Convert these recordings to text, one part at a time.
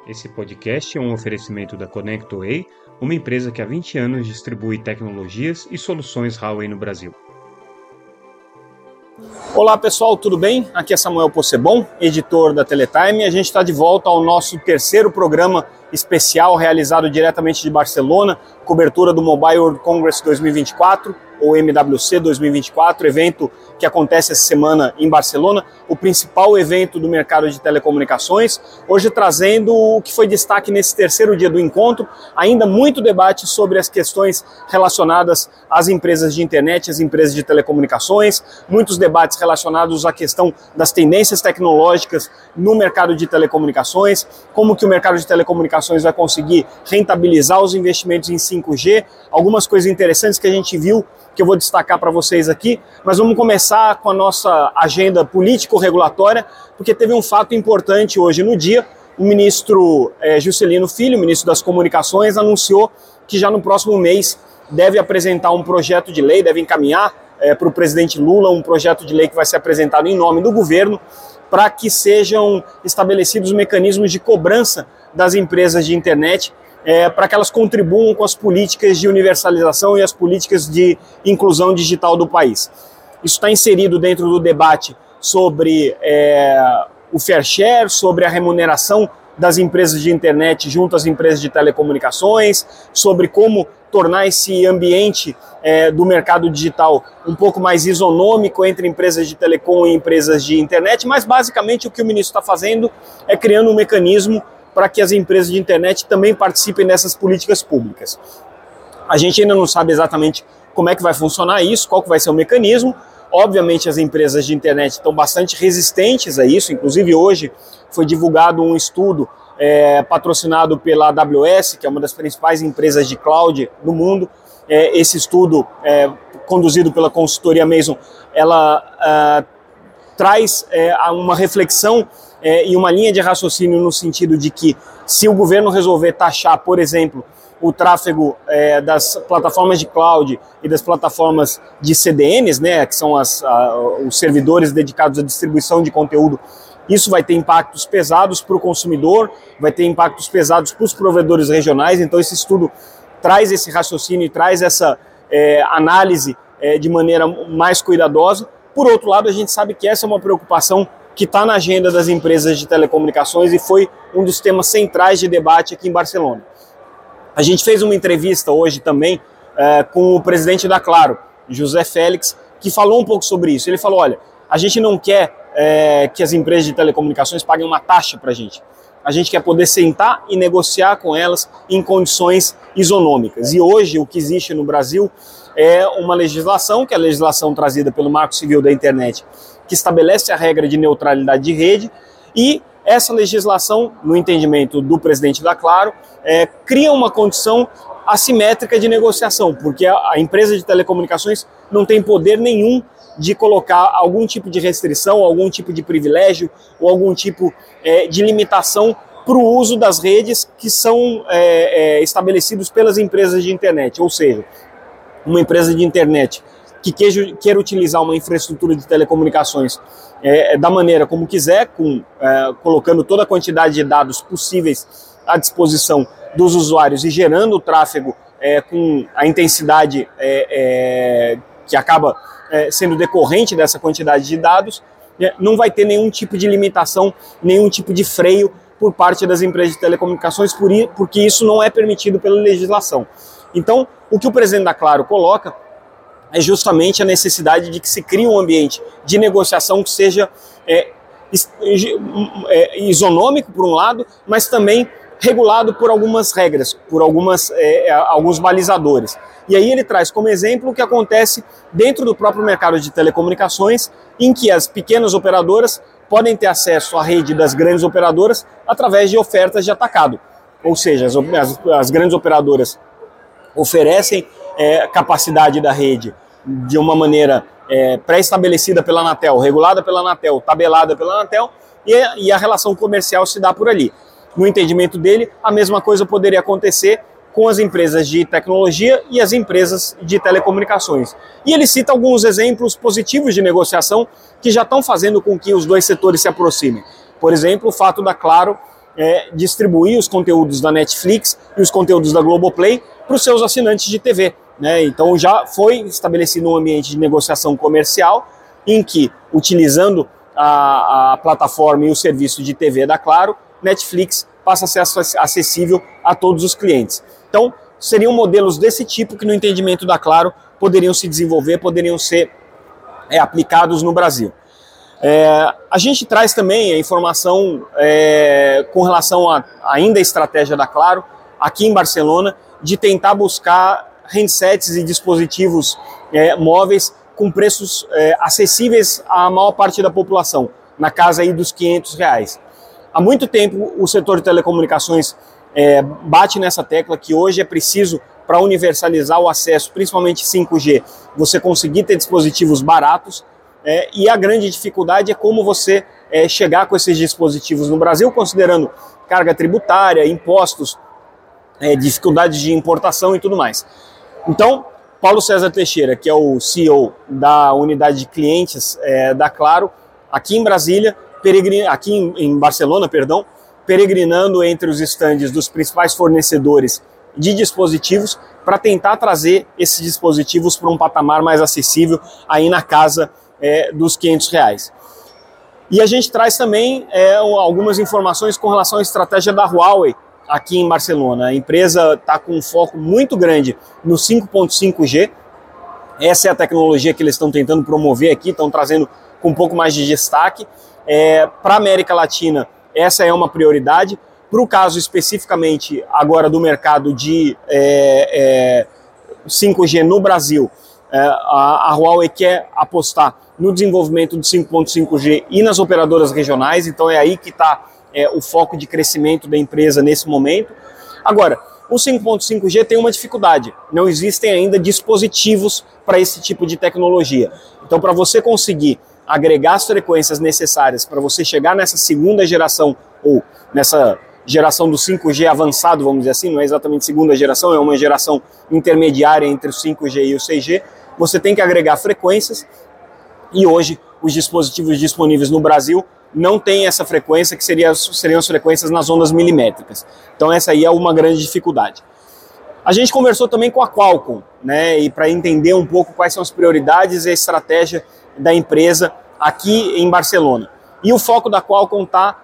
Esse podcast é um oferecimento da ConnectWay, uma empresa que há 20 anos distribui tecnologias e soluções Huawei no Brasil. Olá pessoal, tudo bem? Aqui é Samuel Possebon, editor da Teletime. A gente está de volta ao nosso terceiro programa especial realizado diretamente de Barcelona, cobertura do Mobile World Congress 2024, ou MWC 2024, evento que acontece essa semana em Barcelona, o principal evento do mercado de telecomunicações. Hoje trazendo o que foi destaque nesse terceiro dia do encontro, ainda muito debate sobre as questões relacionadas às empresas de internet, às empresas de telecomunicações, muitos debates relacionados à questão das tendências tecnológicas no mercado de telecomunicações, como que o mercado de telecomunicações vai conseguir rentabilizar os investimentos em 5G, algumas coisas interessantes que a gente viu, que eu vou destacar para vocês aqui, mas vamos começar com a nossa agenda político-regulatória, porque teve um fato importante hoje no dia. O ministro Juscelino Filho, ministro das Comunicações, anunciou que já no próximo mês deve apresentar um projeto de lei, deve encaminhar para o presidente Lula um projeto de lei que vai ser apresentado em nome do governo, para que sejam estabelecidos mecanismos de cobrança das empresas de internet, para que elas contribuam com as políticas de universalização e as políticas de inclusão digital do país. Isso está inserido dentro do debate sobre o fair share, sobre a remuneração das empresas de internet junto às empresas de telecomunicações, sobre como tornar esse ambiente do mercado digital um pouco mais isonômico entre empresas de telecom e empresas de internet, mas basicamente o que o ministro está fazendo é criando um mecanismo para que as empresas de internet também participem dessas políticas públicas. A gente ainda não sabe exatamente como é que vai funcionar isso, qual que vai ser o mecanismo. Obviamente as empresas de internet estão bastante resistentes a isso, inclusive hoje foi divulgado um estudo patrocinado pela AWS, que é uma das principais empresas de cloud do mundo. Esse estudo, conduzido pela consultoria Amazon, ela traz uma reflexão e uma linha de raciocínio no sentido de que se o governo resolver taxar, por exemplo, o tráfego das plataformas de cloud e das plataformas de CDNs, né, que são os servidores dedicados à distribuição de conteúdo, isso vai ter impactos pesados para o consumidor, vai ter impactos pesados para os provedores regionais. Então esse estudo traz esse raciocínio e traz essa análise de maneira mais cuidadosa. Por outro lado, a gente sabe que essa é uma preocupação que está na agenda das empresas de telecomunicações e foi um dos temas centrais de debate aqui em Barcelona. A gente fez uma entrevista hoje também com o presidente da Claro, José Félix, que falou um pouco sobre isso. Ele falou, olha, a gente não quer que as empresas de telecomunicações paguem uma taxa para a gente quer poder sentar e negociar com elas em condições isonômicas. E hoje o que existe no Brasil é uma legislação, que é a legislação trazida pelo Marco Civil da Internet, que estabelece a regra de neutralidade de rede, e essa legislação, no entendimento do presidente da Claro, cria uma condição assimétrica de negociação, porque a empresa de telecomunicações não tem poder nenhum de colocar algum tipo de restrição, algum tipo de privilégio ou algum tipo de limitação para o uso das redes que são estabelecidos pelas empresas de internet. Ou seja, uma empresa de internet que queira utilizar uma infraestrutura de telecomunicações da maneira como quiser, colocando toda a quantidade de dados possíveis à disposição dos usuários e gerando o tráfego com a intensidade que acaba sendo decorrente dessa quantidade de dados, não vai ter nenhum tipo de limitação, nenhum tipo de freio por parte das empresas de telecomunicações, porque isso não é permitido pela legislação. Então, o que o presidente da Claro coloca é justamente a necessidade de que se crie um ambiente de negociação que seja isonômico, por um lado, mas também regulado por algumas regras, por alguns balizadores. E aí ele traz como exemplo o que acontece dentro do próprio mercado de telecomunicações, em que as pequenas operadoras podem ter acesso à rede das grandes operadoras através de ofertas de atacado. Ou seja, as grandes operadoras oferecem capacidade da rede de uma maneira pré-estabelecida pela Anatel, regulada pela Anatel, tabelada pela Anatel, e a relação comercial se dá por ali. No entendimento dele, a mesma coisa poderia acontecer com as empresas de tecnologia e as empresas de telecomunicações. E ele cita alguns exemplos positivos de negociação que já estão fazendo com que os dois setores se aproximem. Por exemplo, o fato da Claro distribuir os conteúdos da Netflix e os conteúdos da Globoplay para os seus assinantes de TV. Né? Então já foi estabelecido um ambiente de negociação comercial em que, utilizando a plataforma e o serviço de TV da Claro, Netflix passa a ser acessível a todos os clientes. Então, seriam modelos desse tipo que, no entendimento da Claro, poderiam se desenvolver, poderiam ser aplicados no Brasil. A gente traz também a informação com relação a ainda a estratégia da Claro, aqui em Barcelona, de tentar buscar handsets e dispositivos móveis com preços acessíveis à maior parte da população, na casa aí dos R$500. Há muito tempo o setor de telecomunicações bate nessa tecla que hoje é preciso, para universalizar o acesso, principalmente 5G, você conseguir ter dispositivos baratos, e a grande dificuldade é como você chegar com esses dispositivos no Brasil, considerando carga tributária, impostos, dificuldades de importação e tudo mais. Então, Paulo César Teixeira, que é o CEO da unidade de clientes da Claro, aqui em Brasília, aqui em Barcelona, perdão, peregrinando entre os estandes dos principais fornecedores de dispositivos para tentar trazer esses dispositivos para um patamar mais acessível aí na casa dos R$500. E a gente traz também algumas informações com relação à estratégia da Huawei aqui em Barcelona. A empresa está com um foco muito grande no 5.5G. Essa é a tecnologia que eles estão tentando promover aqui, estão trazendo com um pouco mais de destaque. Para a América Latina, essa é uma prioridade. Para o caso especificamente agora do mercado de 5G no Brasil, a Huawei quer apostar no desenvolvimento do 5.5G e nas operadoras regionais, então é aí que está o foco de crescimento da empresa nesse momento. Agora, o 5.5G tem uma dificuldade, não existem ainda dispositivos para esse tipo de tecnologia. Então, para você conseguir agregar as frequências necessárias para você chegar nessa segunda geração, ou nessa geração do 5G avançado, vamos dizer assim, não é exatamente segunda geração, é uma geração intermediária entre o 5G e o 6G, você tem que agregar frequências, e hoje os dispositivos disponíveis no Brasil não têm essa frequência, que seriam as frequências nas ondas milimétricas. Então essa aí é uma grande dificuldade. A gente conversou também com a Qualcomm, né, e para entender um pouco quais são as prioridades e a estratégia da empresa aqui em Barcelona. E o foco da Qualcomm está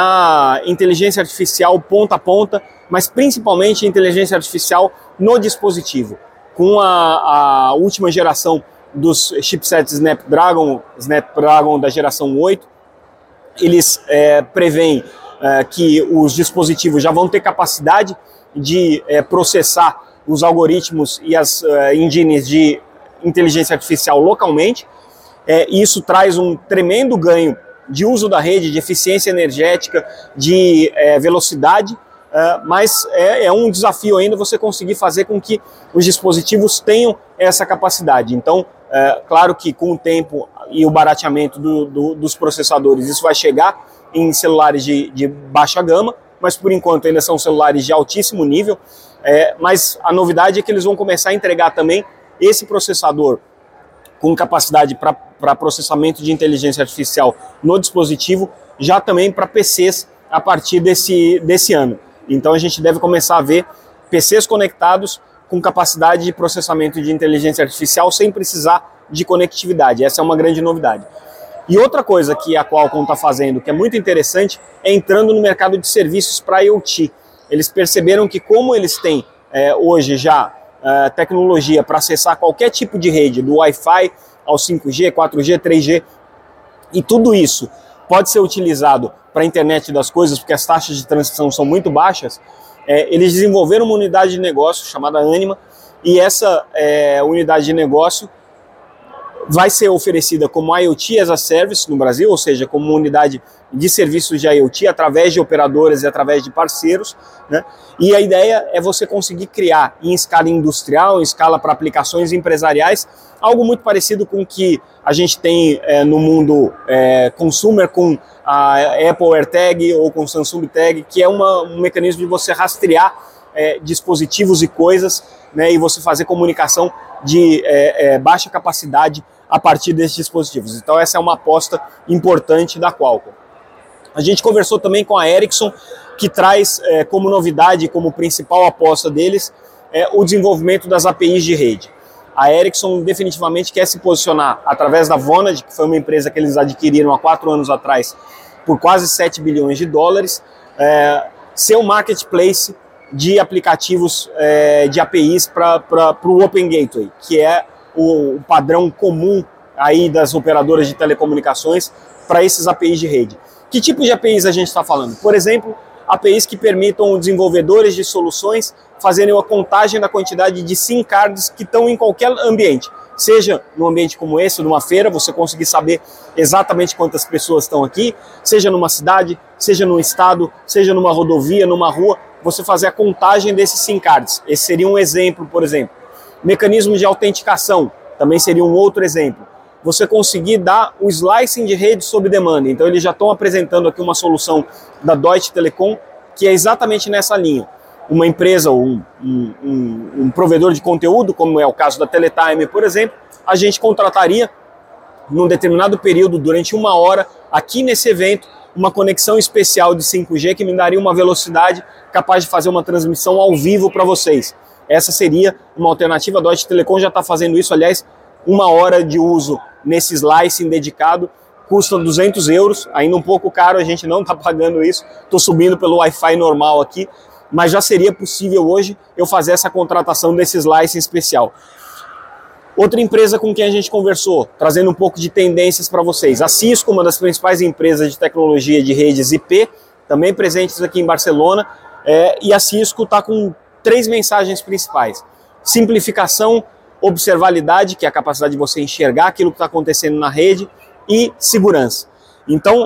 na inteligência artificial ponta a ponta, mas principalmente inteligência artificial no dispositivo. Com a última geração dos chipsets Snapdragon da geração 8, eles preveem que os dispositivos já vão ter capacidade de processar os algoritmos e as engines de inteligência artificial localmente. Isso traz um tremendo ganho de uso da rede, de eficiência energética, de velocidade, mas é um desafio ainda você conseguir fazer com que os dispositivos tenham essa capacidade. Então, claro que com o tempo e o barateamento dos processadores, isso vai chegar em celulares de baixa gama, mas por enquanto ainda são celulares de altíssimo nível, mas a novidade é que eles vão começar a entregar também esse processador com capacidade para processamento de inteligência artificial no dispositivo, já também para PCs a partir desse ano. Então a gente deve começar a ver PCs conectados com capacidade de processamento de inteligência artificial sem precisar de conectividade. Essa é uma grande novidade. E outra coisa que a Qualcomm está fazendo, que é muito interessante, é entrando no mercado de serviços para IoT. Eles perceberam que como eles têm hoje já tecnologia para acessar qualquer tipo de rede, do Wi-Fi ao 5G, 4G, 3G, e tudo isso pode ser utilizado para a internet das coisas, porque as taxas de transição são muito baixas, eles desenvolveram uma unidade de negócio chamada Anima, e essa unidade de negócio vai ser oferecida como IoT as a Service no Brasil, ou seja, como uma unidade de serviços de IoT através de operadoras e através de parceiros, né? E a ideia é você conseguir criar em escala industrial, em escala para aplicações empresariais, algo muito parecido com o que a gente tem no mundo consumer com a Apple AirTag ou com o Samsung Tag, que é um mecanismo de você rastrear dispositivos e coisas, né, e você fazer comunicação de baixa capacidade a partir desses dispositivos. Então essa é uma aposta importante da Qualcomm. A gente conversou também com a Ericsson, que traz como novidade, como principal aposta deles, o desenvolvimento das APIs de rede. A Ericsson definitivamente quer se posicionar através da Vonage, que foi uma empresa que eles adquiriram há 4 anos atrás por quase 7 bilhões de dólares, ser um marketplace de aplicativos de APIs para o Open Gateway, que é o padrão comum aí das operadoras de telecomunicações para esses APIs de rede. Que tipo de APIs a gente está falando? Por exemplo, APIs que permitam desenvolvedores de soluções fazerem a contagem da quantidade de SIM cards que estão em qualquer ambiente. Seja num ambiente como esse, numa feira, você conseguir saber exatamente quantas pessoas estão aqui, seja numa cidade, seja num estado, seja numa rodovia, numa rua, você fazer a contagem desses SIM cards. Esse seria um exemplo, por exemplo. Mecanismos de autenticação, também seria um outro exemplo. Você conseguir dar o slicing de rede sob demanda. Então eles já estão apresentando aqui uma solução da Deutsche Telekom, que é exatamente nessa linha. Uma empresa, um provedor de conteúdo, como é o caso da Teletime, por exemplo, a gente contrataria num determinado período, durante 1 hora, aqui nesse evento, uma conexão especial de 5G que me daria uma velocidade capaz de fazer uma transmissão ao vivo para vocês. Essa seria uma alternativa. A Deutsche Telekom já está fazendo isso, aliás, 1 hora de uso nesse slicing dedicado custa 200 euros, ainda um pouco caro, a gente não está pagando isso, estou subindo pelo Wi-Fi normal aqui, mas já seria possível hoje eu fazer essa contratação desse slicing especial. Outra empresa com quem a gente conversou, trazendo um pouco de tendências para vocês, a Cisco, uma das principais empresas de tecnologia de redes IP, também presentes aqui em Barcelona, e a Cisco está com 3 mensagens principais: simplificação, observabilidade, que é a capacidade de você enxergar aquilo que está acontecendo na rede, e segurança. Então,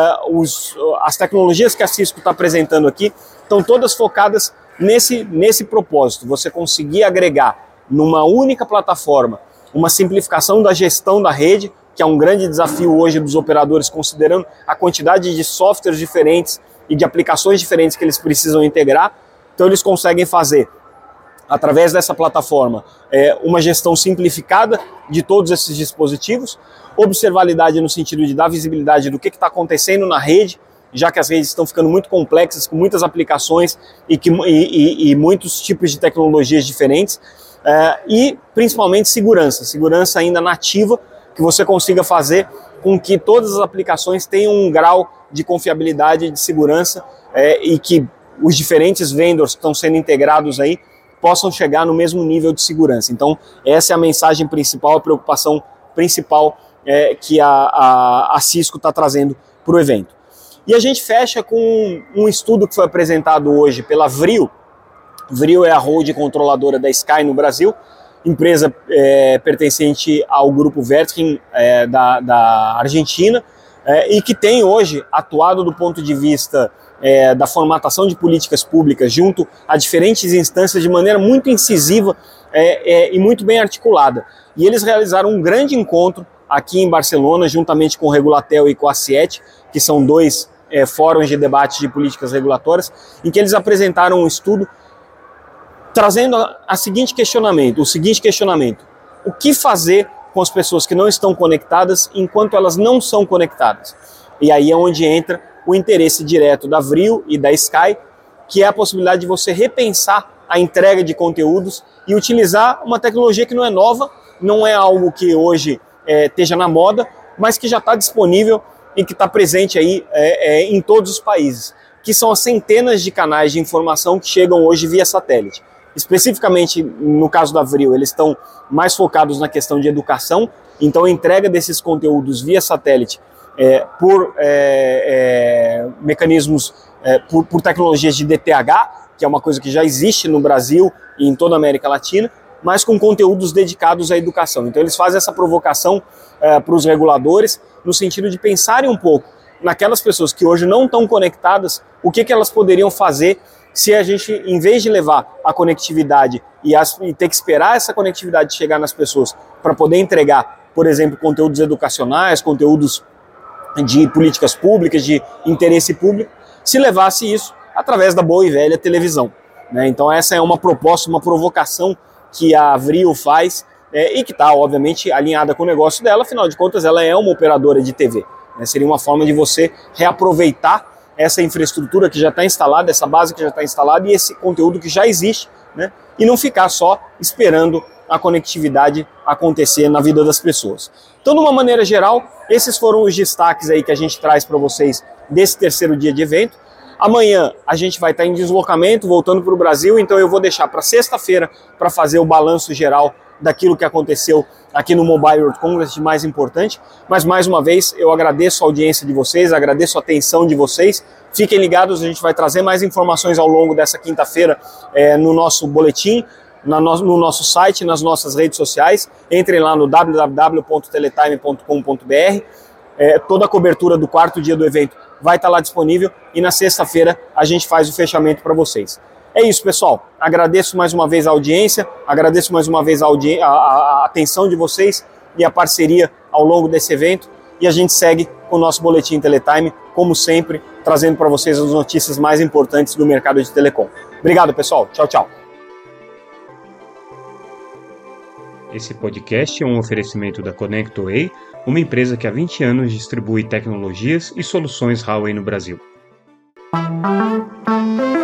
as tecnologias que a Cisco está apresentando aqui estão todas focadas nesse propósito, você conseguir agregar numa única plataforma uma simplificação da gestão da rede, que é um grande desafio hoje dos operadores, considerando a quantidade de softwares diferentes e de aplicações diferentes que eles precisam integrar. Então eles conseguem fazer, através dessa plataforma, uma gestão simplificada de todos esses dispositivos, observabilidade no sentido de dar visibilidade do que está acontecendo na rede, já que as redes estão ficando muito complexas, com muitas aplicações e muitos tipos de tecnologias diferentes, e principalmente segurança ainda nativa, que você consiga fazer com que todas as aplicações tenham um grau de confiabilidade e de segurança, e que os diferentes vendors que estão sendo integrados aí possam chegar no mesmo nível de segurança. Então, essa é a mensagem principal, a preocupação principal que a Cisco está trazendo para o evento. E a gente fecha com um estudo que foi apresentado hoje pela Vrio. Vrio é a holding controladora da Sky no Brasil, empresa pertencente ao grupo Vertical da Argentina, e que tem hoje atuado do ponto de vista da formatação de políticas públicas junto a diferentes instâncias de maneira muito incisiva e muito bem articulada. E eles realizaram um grande encontro aqui em Barcelona, juntamente com o Regulatel e com a CIET, que são 2 fóruns de debate de políticas regulatórias, em que eles apresentaram um estudo trazendo o seguinte questionamento: o que fazer com as pessoas que não estão conectadas enquanto elas não são conectadas? E aí é onde entra o interesse direto da Vrio e da Sky, que é a possibilidade de você repensar a entrega de conteúdos e utilizar uma tecnologia que não é nova, não é algo que hoje esteja na moda, mas que já está disponível e que está presente aí em todos os países, que são as centenas de canais de informação que chegam hoje via satélite. Especificamente no caso da Vrio, eles estão mais focados na questão de educação, então a entrega desses conteúdos via satélite por mecanismos, por tecnologias de DTH, que é uma coisa que já existe no Brasil e em toda a América Latina, mas com conteúdos dedicados à educação. Então eles fazem essa provocação para os reguladores, no sentido de pensarem um pouco naquelas pessoas que hoje não estão conectadas, o que elas poderiam fazer se a gente, em vez de levar a conectividade e ter que esperar essa conectividade chegar nas pessoas para poder entregar, por exemplo, conteúdos educacionais, conteúdos de políticas públicas, de interesse público, se levasse isso através da boa e velha televisão, né? Então essa é uma proposta, uma provocação que a Vrio faz e que está, obviamente, alinhada com o negócio dela. Afinal de contas, ela é uma operadora de TV. né? Seria uma forma de você reaproveitar essa infraestrutura que já está instalada, essa base que já está instalada e esse conteúdo que já existe, né? E não ficar só esperando a conectividade acontecer na vida das pessoas. Então, de uma maneira geral, esses foram os destaques aí que a gente traz para vocês desse terceiro dia de evento. Amanhã a gente vai estar em deslocamento, voltando para o Brasil, então eu vou deixar para sexta-feira para fazer o balanço geral daquilo que aconteceu aqui no Mobile World Congress de mais importante. Mas mais uma vez eu agradeço a audiência de vocês, agradeço a atenção de vocês. Fiquem ligados, a gente vai trazer mais informações ao longo dessa quinta-feira no nosso boletim, no nosso site, nas nossas redes sociais. Entrem lá no www.teletime.com.br. Toda a cobertura do quarto dia do evento vai estar lá disponível e na sexta-feira a gente faz o fechamento para vocês. É isso, pessoal. Agradeço mais uma vez a audiência, agradeço mais uma vez a atenção de vocês e a parceria ao longo desse evento. E a gente segue com o nosso Boletim Teletime, como sempre, trazendo para vocês as notícias mais importantes do mercado de telecom. Obrigado, pessoal. Tchau, tchau. Esse podcast é um oferecimento da ConnectWay, uma empresa que há 20 anos distribui tecnologias e soluções Huawei no Brasil.